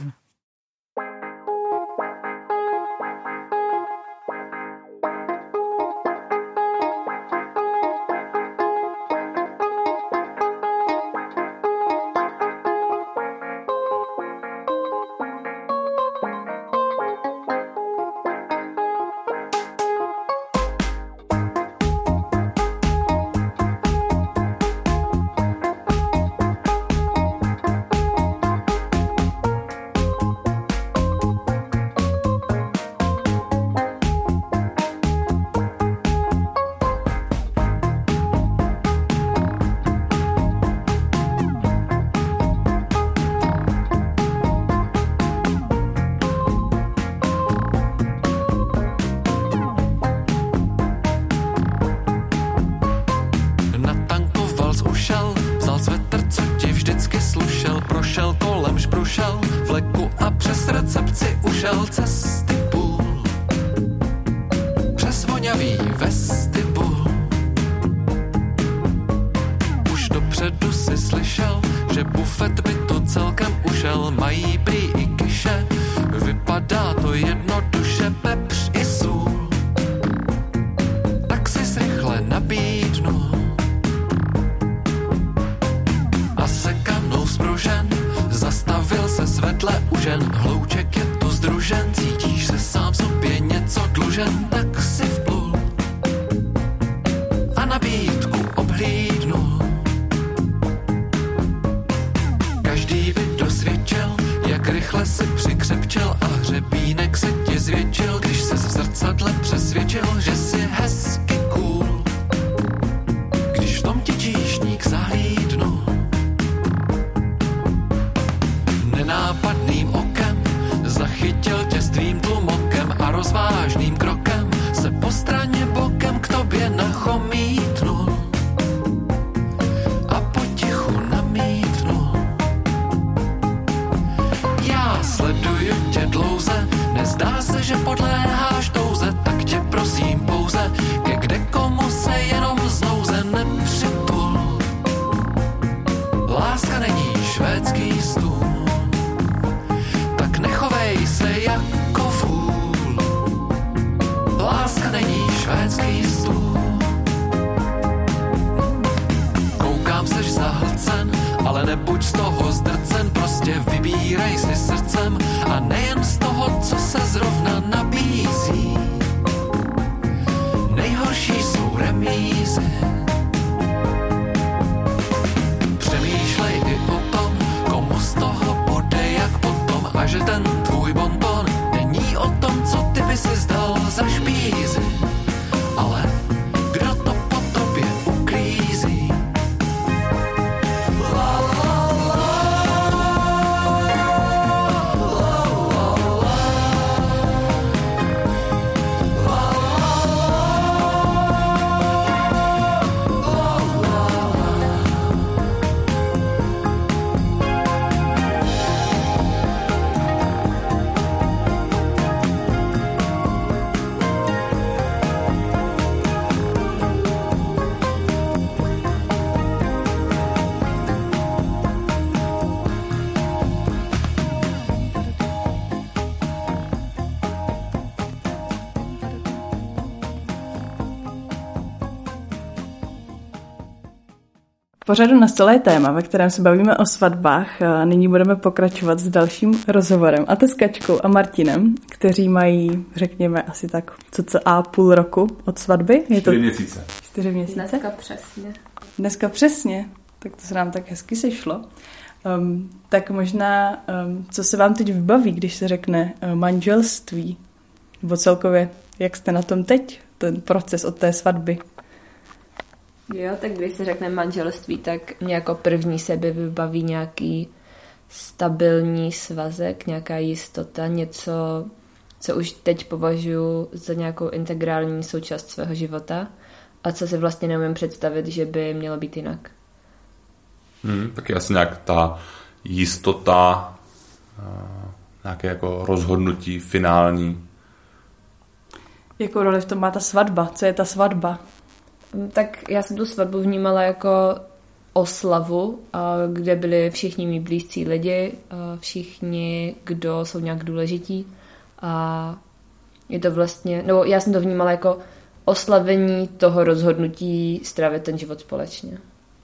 Pořadu Na stole je téma, ve kterém se bavíme o svatbách. A nyní budeme pokračovat s dalším rozhovorem. A to s Kačkou a Martinem, kteří mají, řekněme, asi tak cca půl roku od svatby. 4 měsíce. 4 měsíce? Dneska přesně. Tak to se nám tak hezky sešlo. Tak možná, co se vám teď vybaví, když se řekne manželství? Nebo celkově, jak jste na tom teď, ten proces od té svatby? Jo, tak když se řekne manželství, tak mě jako první sebe vybaví nějaký stabilní svazek, nějaká jistota, něco, co už teď považuji za nějakou integrální součást svého života a co si vlastně neumím představit, že by mělo být jinak. Tak je asi nějak ta jistota nějaké jako rozhodnutí finální. Jakou roli v tom má ta svatba? Co je ta svatba? Tak já jsem tu svatbu vnímala jako oslavu, kde byli všichni mý blízcí lidi, všichni, kdo jsou nějak důležití. A je to vlastně, nebo já jsem to vnímala jako oslavení toho rozhodnutí strávit ten život společně.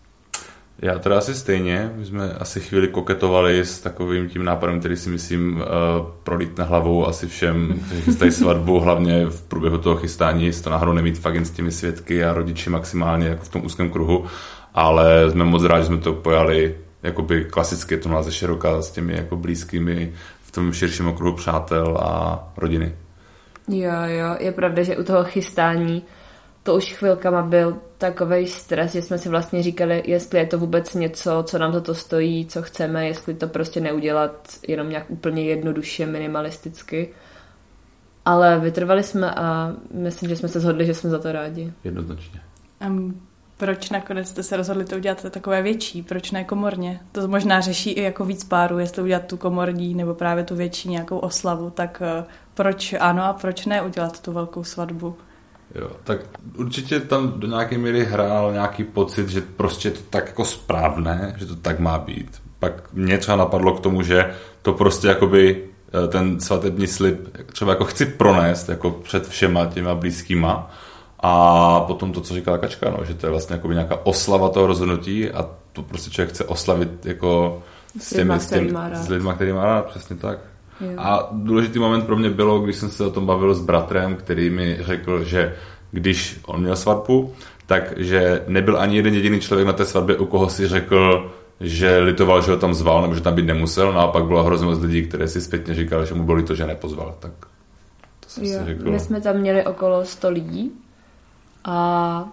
Já teda asi stejně. My jsme asi chvíli koketovali s takovým tím nápadem, který si myslím prolítne hlavou asi všem, kteří chystají svatbu, hlavně v průběhu toho chystání, to náhodou nemít fakt jen s těmi svědky a rodiči maximálně jako v tom úzkém kruhu, ale jsme moc rádi, že jsme to pojali jakoby klasicky, to má ze široka s těmi jako blízkými v tom širším okruhu přátel a rodiny. Jo, je pravda, že u toho chystání to už chvilkama byl takovej stres, že jsme si vlastně říkali, jestli je to vůbec něco, co nám za to stojí, co chceme, jestli to prostě neudělat jenom nějak úplně jednoduše, minimalisticky. Ale vytrvali jsme a myslím, že jsme se shodli, že jsme za to rádi. Jednoznačně. Proč nakonec jste se rozhodli to udělat takové větší? Proč ne komorně? To možná řeší i jako víc párů, jestli udělat tu komorní nebo právě tu větší nějakou oslavu, tak proč ano a proč ne udělat tu velkou svatbu? Jo, tak určitě tam do nějaké míry hrál nějaký pocit, že prostě je to tak jako správné, že to tak má být. Pak mě třeba napadlo k tomu, že to prostě jakoby ten svatební slib třeba jako chci pronést jako před všema těma blízkýma a potom to, co říkala Kačka, no, že to je vlastně jakoby nějaká oslava toho rozhodnutí a to prostě člověk chce oslavit jako s lidma, který má rád, přesně tak. Jo. A důležitý moment pro mě bylo, když jsem se o tom bavil s bratrem, který mi řekl, že když on měl svatbu, takže nebyl ani jeden jediný člověk na té svatbě, u koho si řekl, že litoval, že ho tam zval, nebo že tam být nemusel, no a pak bylo hrozně moc lidí, které si zpětně říkali, že mu bylo líto, že nepozval. Tak to jsem si řekl. My jsme tam měli okolo 100 lidí a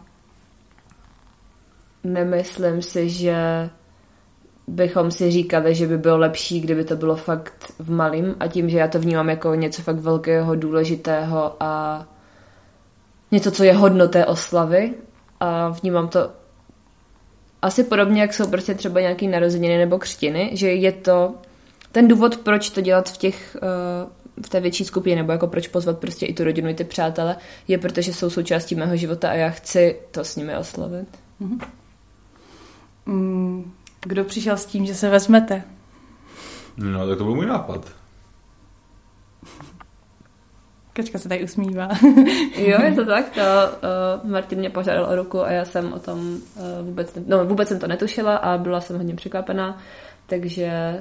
nemyslím si, že bychom si říkali, že by bylo lepší, kdyby to bylo fakt v malým a tím, že já to vnímám jako něco fakt velkého, důležitého a něco, co je hodno té oslavy a vnímám to asi podobně, jak jsou prostě třeba nějaký narozeniny nebo křtiny, že je to ten důvod, proč to dělat v té větší skupině, nebo jako proč pozvat prostě i tu rodinu, i ty přátele, je protože jsou součástí mého života a já chci to s nimi oslavit. Kdo přišel s tím, že se vezmete? No, tak to byl můj nápad. Kačka se tady usmívá. Jo, je to tak. Martin mě požádal o ruku a já jsem o tom vůbec jsem to netušila a byla jsem hodně překvapená, takže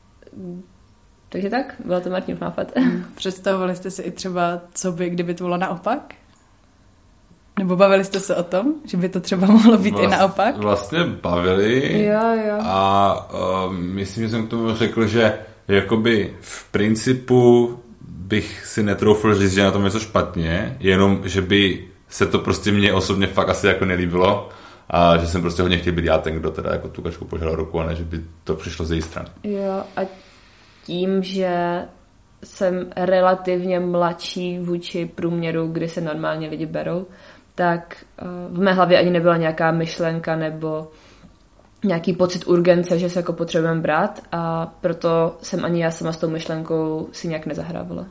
tak, byl to Martinův nápad. Představovali jste si i třeba, co by, kdyby to bylo naopak? Nebo bavili jste se o tom, že by to třeba mohlo být i naopak? Vlastně bavili. Jo. A myslím, že jsem k tomu řekl, že jakoby v principu bych si netroufl říct, že na tom něco špatně, jenom, že by se to prostě mně osobně fakt asi jako nelíbilo a že jsem prostě hodně chtěl být já ten, kdo teda jako tu Kačku požádal ruku a ne, že by to přišlo z její strany. Jo, a tím, že jsem relativně mladší vůči průměru, kdy se normálně lidi berou, tak v mé hlavě ani nebyla nějaká myšlenka nebo nějaký pocit urgence, že se jako potřebujeme brát a proto jsem ani já sama s tou myšlenkou si nějak nezahrávala.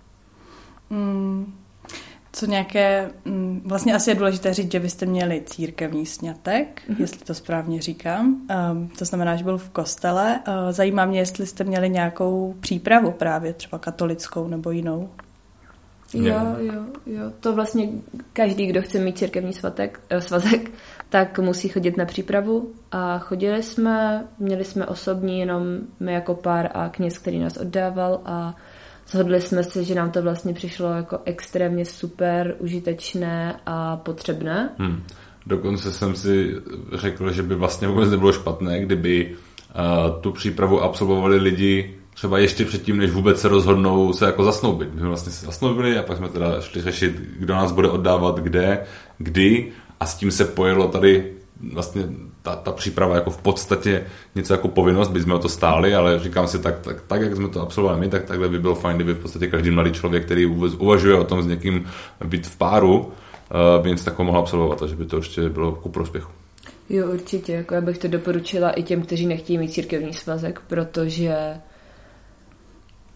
Co nějaké, vlastně asi je důležité říct, že byste měli církevní sňatek, jestli to správně říkám. To znamená, že byl v kostele. Zajímá mě, jestli jste měli nějakou přípravu právě, třeba katolickou nebo jinou. Jo. To vlastně každý, kdo chce mít církevní svazek, tak musí chodit na přípravu a chodili jsme, měli jsme osobní jenom my jako pár a kněz, který nás oddával a shodli jsme se, že nám to vlastně přišlo jako extrémně super, užitečné a potřebné. Dokonce jsem si řekl, že by vlastně vůbec nebylo špatné, kdyby tu přípravu absolvovali lidi třeba ještě předtím, než vůbec se rozhodnou se jako zasnoubit. My jsme vlastně se zasnoubili a pak jsme teda šli řešit, kdo nás bude oddávat kde, kdy a s tím se pojelo tady vlastně ta příprava jako v podstatě něco jako povinnost, by jsme o to stáli, ale říkám si tak jak jsme to absolvovali my, tak takhle by bylo fajn, kdyby v podstatě každý mladý člověk, který vůbec uvažuje o tom s někým být v páru, by něco takového mohl absolvovat, takže by to určitě bylo ku prospěchu. Jo, určitě. Jako já bych to doporučila i těm, kteří nechtějí mít církevní svazek, protože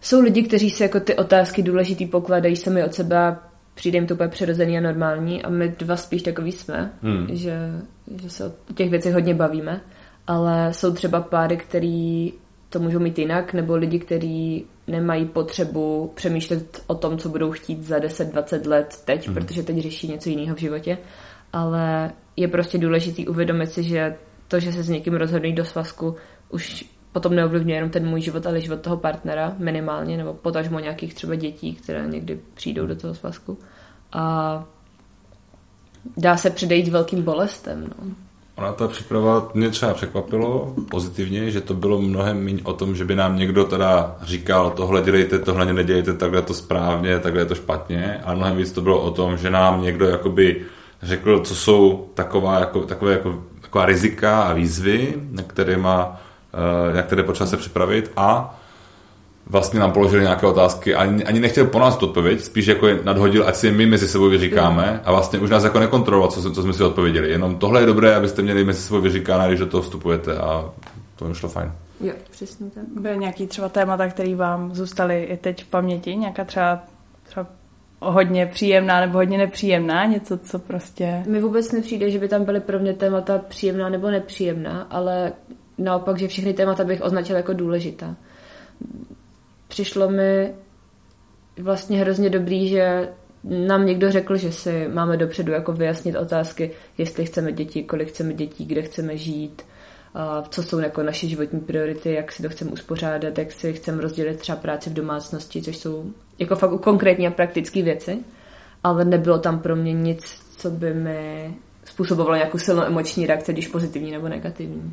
jsou lidi, kteří si jako ty otázky důležitý pokladají sami od sebe a přijde jim to úplně přirozený a normální a my dva spíš takový jsme, že se o těch věcech hodně bavíme, ale jsou třeba páry, který to můžou mít jinak, nebo lidi, kteří nemají potřebu přemýšlet o tom, co budou chtít za 10-20 let teď, protože teď řeší něco jiného v životě, ale je prostě důležitý uvědomit si, že to, že se s někým rozhodne do svazku, už potom neovlivňuje jenom ten můj život, ale život toho partnera minimálně, nebo potažmo nějakých třeba dětí, které někdy přijdou do toho svazku. A dá se předejít velkým bolestem. No. Ona ta příprava mě třeba překvapilo pozitivně, že to bylo mnohem méně o tom, že by nám někdo teda říkal, tohle dělejte, tohle nedělejte, takhle to správně, takhle je to špatně, ale mnohem víc to bylo o tom, že nám někdo jakoby řekl, co jsou taková rizika a výzvy, na které potřeba se připravit a vlastně nám položili nějaké otázky a ani nechtěl po nás tu odpověď, spíš jako je nadhodil, ať si my mezi sebou vyříkáme a vlastně už nás jako nekontroloval, co jsme si odpověděli. Jenom tohle je dobré, abyste měli mezi sebou vyříkáno, když do toho vstupujete a to šlo fajn. Jo, přesně tak. Byly nějaký třeba témata, které vám zůstaly i teď v paměti? Nějaká třeba hodně příjemná nebo hodně nepříjemná? Něco, co prostě... Mi vůbec nepřijde, že by tam byly pro mě témata příjemná nebo nepříjemná, ale naopak, že všechny témata bych označila jako důležitá. Přišlo mi vlastně hrozně dobrý, že nám někdo řekl, že si máme dopředu jako vyjasnit otázky, jestli chceme děti, kolik chceme dětí, kde chceme žít, co jsou jako naše životní priority, jak si to chceme uspořádat, jak si chceme rozdělit třeba práci v domácnosti, což jsou jako fakt konkrétní a praktické věci, ale nebylo tam pro mě nic, co by mi způsobovalo nějakou silnou emoční reakci, když pozitivní nebo negativní.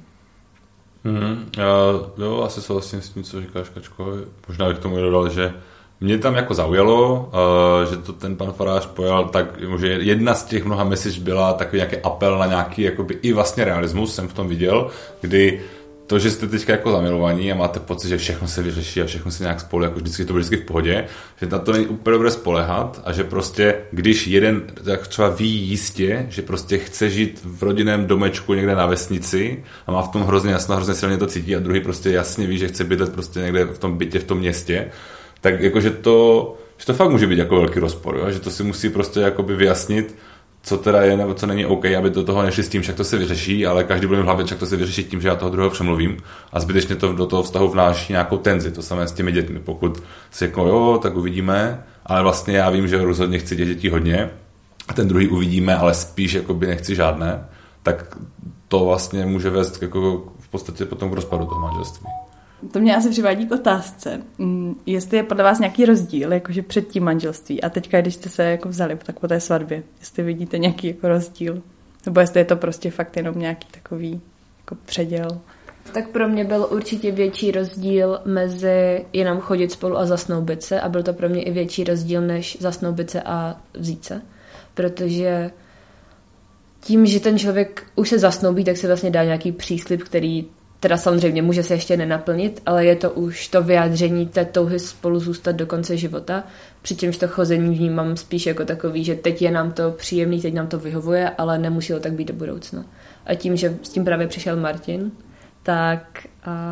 Jo, asi souhlasím s tím, co říkáš, Kačko. Možná bych k tomu dodal, že mě tam jako zaujalo, že to ten pan farář pojal tak, že jedna z těch mnoha message byla takový nějaký apel na nějaký jakoby i vlastně realismus, jsem v tom viděl, kdy to, že jste teďka jako zamilovaní a máte pocit, že všechno se vyřeší a všechno se nějak spolu, jako vždycky to bude vždycky v pohodě, že na to není úplně dobré spolehat a že prostě, když jeden tak třeba ví jistě, že prostě chce žít v rodinném domečku někde na vesnici a má v tom hrozně jasno, hrozně silně to cítí a druhý prostě jasně ví, že chce bydlet prostě někde v tom bytě, v tom městě, tak jakože to fakt může být jako velký rozpor, jo? Že to si musí prostě jakoby vyjasnit, co teda je nebo co není OK, aby do toho nešli s tím, však to se vyřeší, ale každý bude mít v hlavě, však to se vyřeší tím, že já toho druhého přemluvím a zbytečně to do toho vztahu vnáší nějakou tenzi, to samé s těmi dětmi. Pokud si jako jo, tak uvidíme, ale vlastně já vím, že rozhodně chci děti hodně a ten druhý uvidíme, ale spíš jakoby nechci žádné, tak to vlastně může vést jako v podstatě potom k rozpadu toho manželství. To mě asi přivádí k otázce. Jestli je podle vás nějaký rozdíl, jakože před tím manželství a teďka, když jste se jako vzali tak po té svatbě, jestli vidíte nějaký jako rozdíl, nebo jestli je to prostě fakt jenom nějaký takový jako předěl. Tak pro mě byl určitě větší rozdíl mezi jenom chodit spolu a zasnoubit se a byl to pro mě i větší rozdíl než zasnoubit se a vzít se, protože tím, že ten člověk už se zasnoubí, tak se vlastně dá nějaký příslib, který teda samozřejmě může se ještě nenaplnit, ale je to už to vyjádření té touhy spolu zůstat do konce života, přičemž to chození vnímám spíš jako takový, že teď je nám to příjemný, teď nám to vyhovuje, ale nemusí to tak být do budoucna. A tím, že s tím právě přišel Martin, tak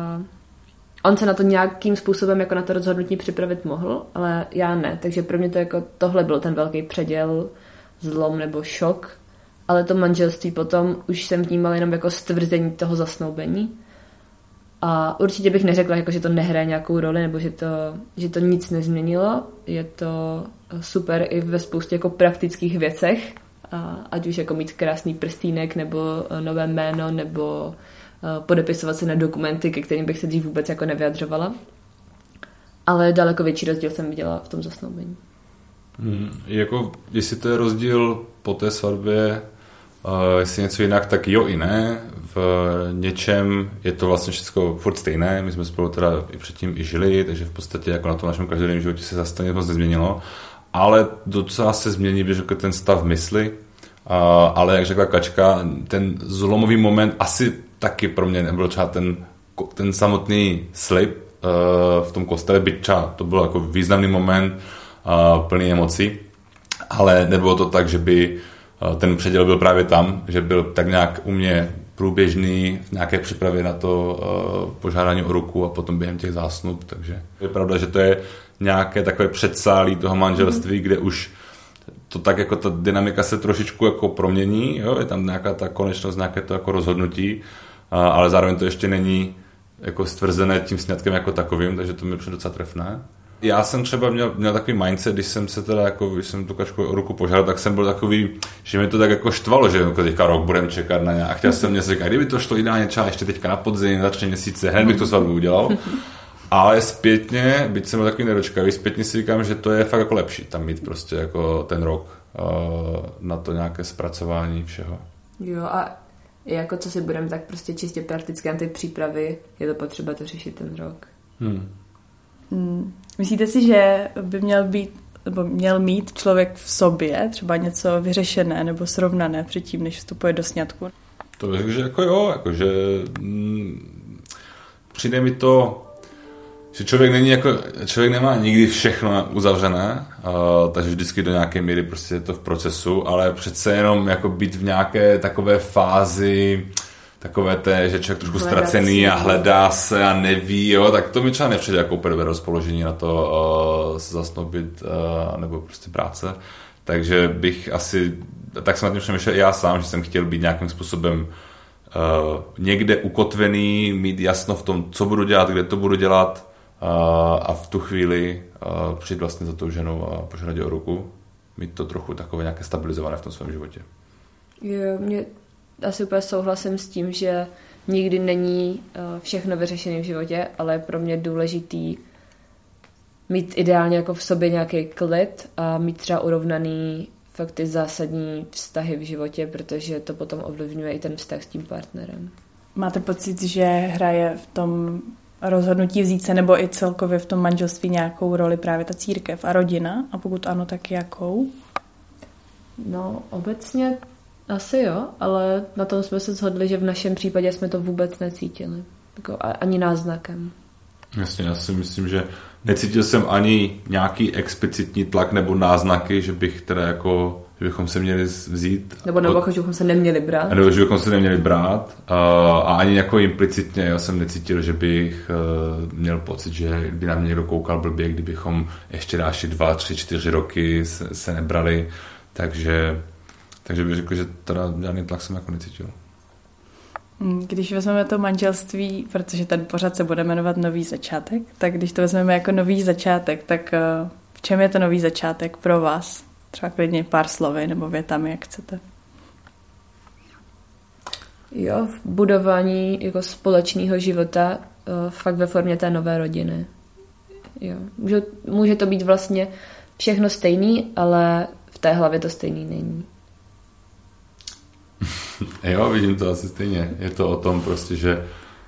on se na to nějakým způsobem jako na to rozhodnutí připravit mohl, ale já ne, takže pro mě to jako tohle byl ten velký předěl, zlom nebo šok, ale to manželství potom už jsem vnímala jenom jako stvrzení toho zasnoubení. A určitě bych neřekla, jako, že to nehraje nějakou roli, nebo že to nic nezměnilo. Je to super i ve spoustě jako praktických věcech, ať už jako mít krásný prstýnek, nebo nové jméno, nebo podepisovat se na dokumenty, ke kterým bych se dřív vůbec jako nevyjadřovala. Ale daleko větší rozdíl jsem viděla v tom zasnoubení. Jako, jestli to je rozdíl po té svatbě, jestli něco jinak, tak jo i ne. V něčem je to vlastně všechno furt stejné. My jsme spolu teda i předtím i žili, takže v podstatě jako na tom našem každodenním životě se zase nic moc nezměnilo. Ale docela se změní, když jako ten stav mysli. Ale jak řekla Kačka, ten zlomový moment asi taky pro mě nebyl třeba ten samotný slib v tom kostele, byť třeba to byl jako významný moment, plný emocí, ale nebylo to tak, že by ten předěl byl právě tam, že byl tak nějak u mě průběžný v nějaké přípravě na to požádání o ruku a potom během těch zásnub, takže je pravda, že to je nějaké takové předsálí toho manželství, kde už to tak jako ta dynamika se trošičku jako promění, jo? Je tam nějaká ta konečnost, nějaké to jako rozhodnutí, ale zároveň to ještě není jako stvrzené tím sňatkem jako takovým, takže to mi přijde docela trefné. Já jsem třeba měl takový mindset, když jsem se teda jako, když jsem tu Kačku o ruku požádal, tak jsem byl takový, že mi to tak jako štvalo, že jako teďka rok budem čekat na ně a chtěl jsem mě říkat, kdyby to šlo ideálně třeba ještě teďka na podzim, za 3 měsíce, hned bych to svatbu udělal. Ale zpětně, byť jsem byl takový nedočkavý, zpětně si říkám, že to je fakt jako lepší tam mít prostě jako ten rok na to nějaké zpracování všeho. Jo a jako co si budeme, tak prostě čistě prakticky na ty přípravy je to potřeba to řešit ten rok. Myslíte si, že by měl mít člověk v sobě třeba něco vyřešené nebo srovnané předtím, než vstupuje do sňatku? To bych řekl, že jako jo, jakože přijde mi to, že člověk nemá nikdy všechno uzavřené, takže vždycky do nějaké míry prostě je to v procesu, ale přece jenom jako být v nějaké takové fázi, takové té, že člověk trošku ztracený a hledá se a neví, jo, tak to mi třeba nepřijde jako úplně dobré rozpoložení na to se zasnoubit nebo prostě práce. Takže bych asi, tak jsem na tím přemýšlel já sám, že jsem chtěl být nějakým způsobem někde ukotvený, mít jasno v tom, co budu dělat, kde to budu dělat a v tu chvíli přijít vlastně za tou ženou a požádat o ruku, mít to trochu takové nějaké stabilizované v tom svém životě. Jo, mě asi úplně souhlasím s tím, že nikdy není všechno vyřešené v životě, ale je pro mě důležitý mít ideálně jako v sobě nějaký klid a mít třeba urovnaný fakt ty zásadní vztahy v životě, protože to potom ovlivňuje i ten vztah s tím partnerem. Máte pocit, že hraje v tom rozhodnutí vzít se nebo i celkově v tom manželství nějakou roli právě ta církev a rodina? A pokud ano, tak jakou? No, obecně asi jo, ale na tom jsme se shodli, že v našem případě jsme to vůbec necítili. Jako ani náznakem. Jasně, já si myslím, že necítil jsem ani nějaký explicitní tlak nebo náznaky, že bych teda jako, že bychom se měli vzít. Nebo že bychom se neměli brát. Nebo že bychom se neměli brát. A ani jako implicitně já jsem necítil, že bych měl pocit, že by na mě někdo koukal blbě, kdybychom ještě další 2, 3, 4 roky se nebrali. Takže bych řekl, že teda žádný tlak jsem jako necítil. Když vezmeme to manželství, protože ten pořad se bude jmenovat Nový začátek, tak když to vezmeme jako nový začátek, tak v čem je to nový začátek pro vás? Třeba klidně pár slovy nebo větami, jak chcete. Jo, v budování jako společného života fakt ve formě té nové rodiny. Jo. Může to být vlastně všechno stejný, ale v té hlavě to stejný není. Jo, vidím to asi stejně. Je to o tom prostě, že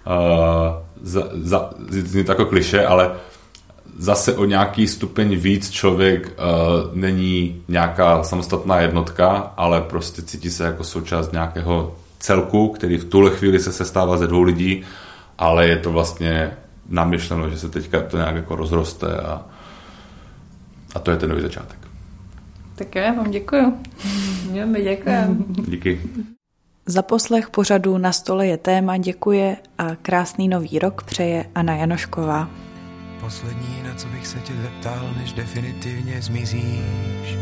zní to jako klišé, ale zase o nějaký stupeň víc člověk není nějaká samostatná jednotka, ale prostě cítí se jako součást nějakého celku, který v tuhle chvíli se sestává ze 2 lidí, ale je to vlastně namyšleno, že se teďka to nějak jako rozroste a to je ten nový začátek. Tak jo, já vám děkuju. Jo, my děkujeme. Díky. Za poslech pořadu Na stole je téma děkuje a krásný nový rok přeje Anna Janošková. Poslední, na co bych se tě zeptal, než definitivně zmizíš.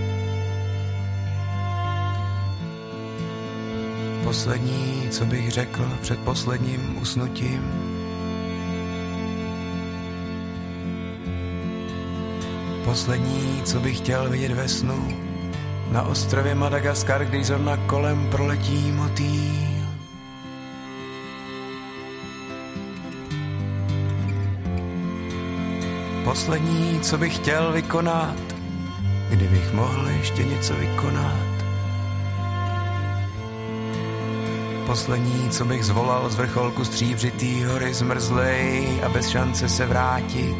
Poslední, co bych řekl před posledním usnutím. Poslední, co bych chtěl vidět ve snu, na ostrově Madagaskar, když zrovna kolem proletí motýl. Poslední, co bych chtěl vykonat, kdybych mohl ještě něco vykonat. Poslední, co bych zvolal z vrcholku stříbřitý hory zmrzlej a bez šance se vrátit.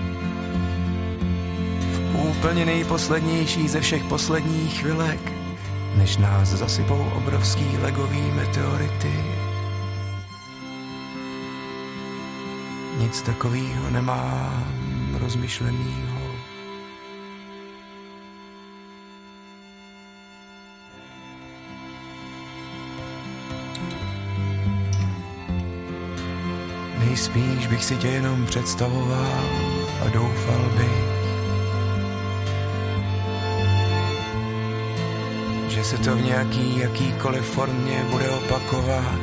Úplně nejposlednější ze všech posledních chvilek, než nás zasypou obrovský legový meteority. Nic takovýho nemám rozmyšlenýho. Nejspíš bych si tě jenom představoval a doufal bych, že se to v jakýkoliv formě bude opakovat.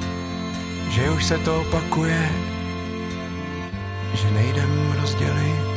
Že už se to opakuje, že nejdem rozdělit.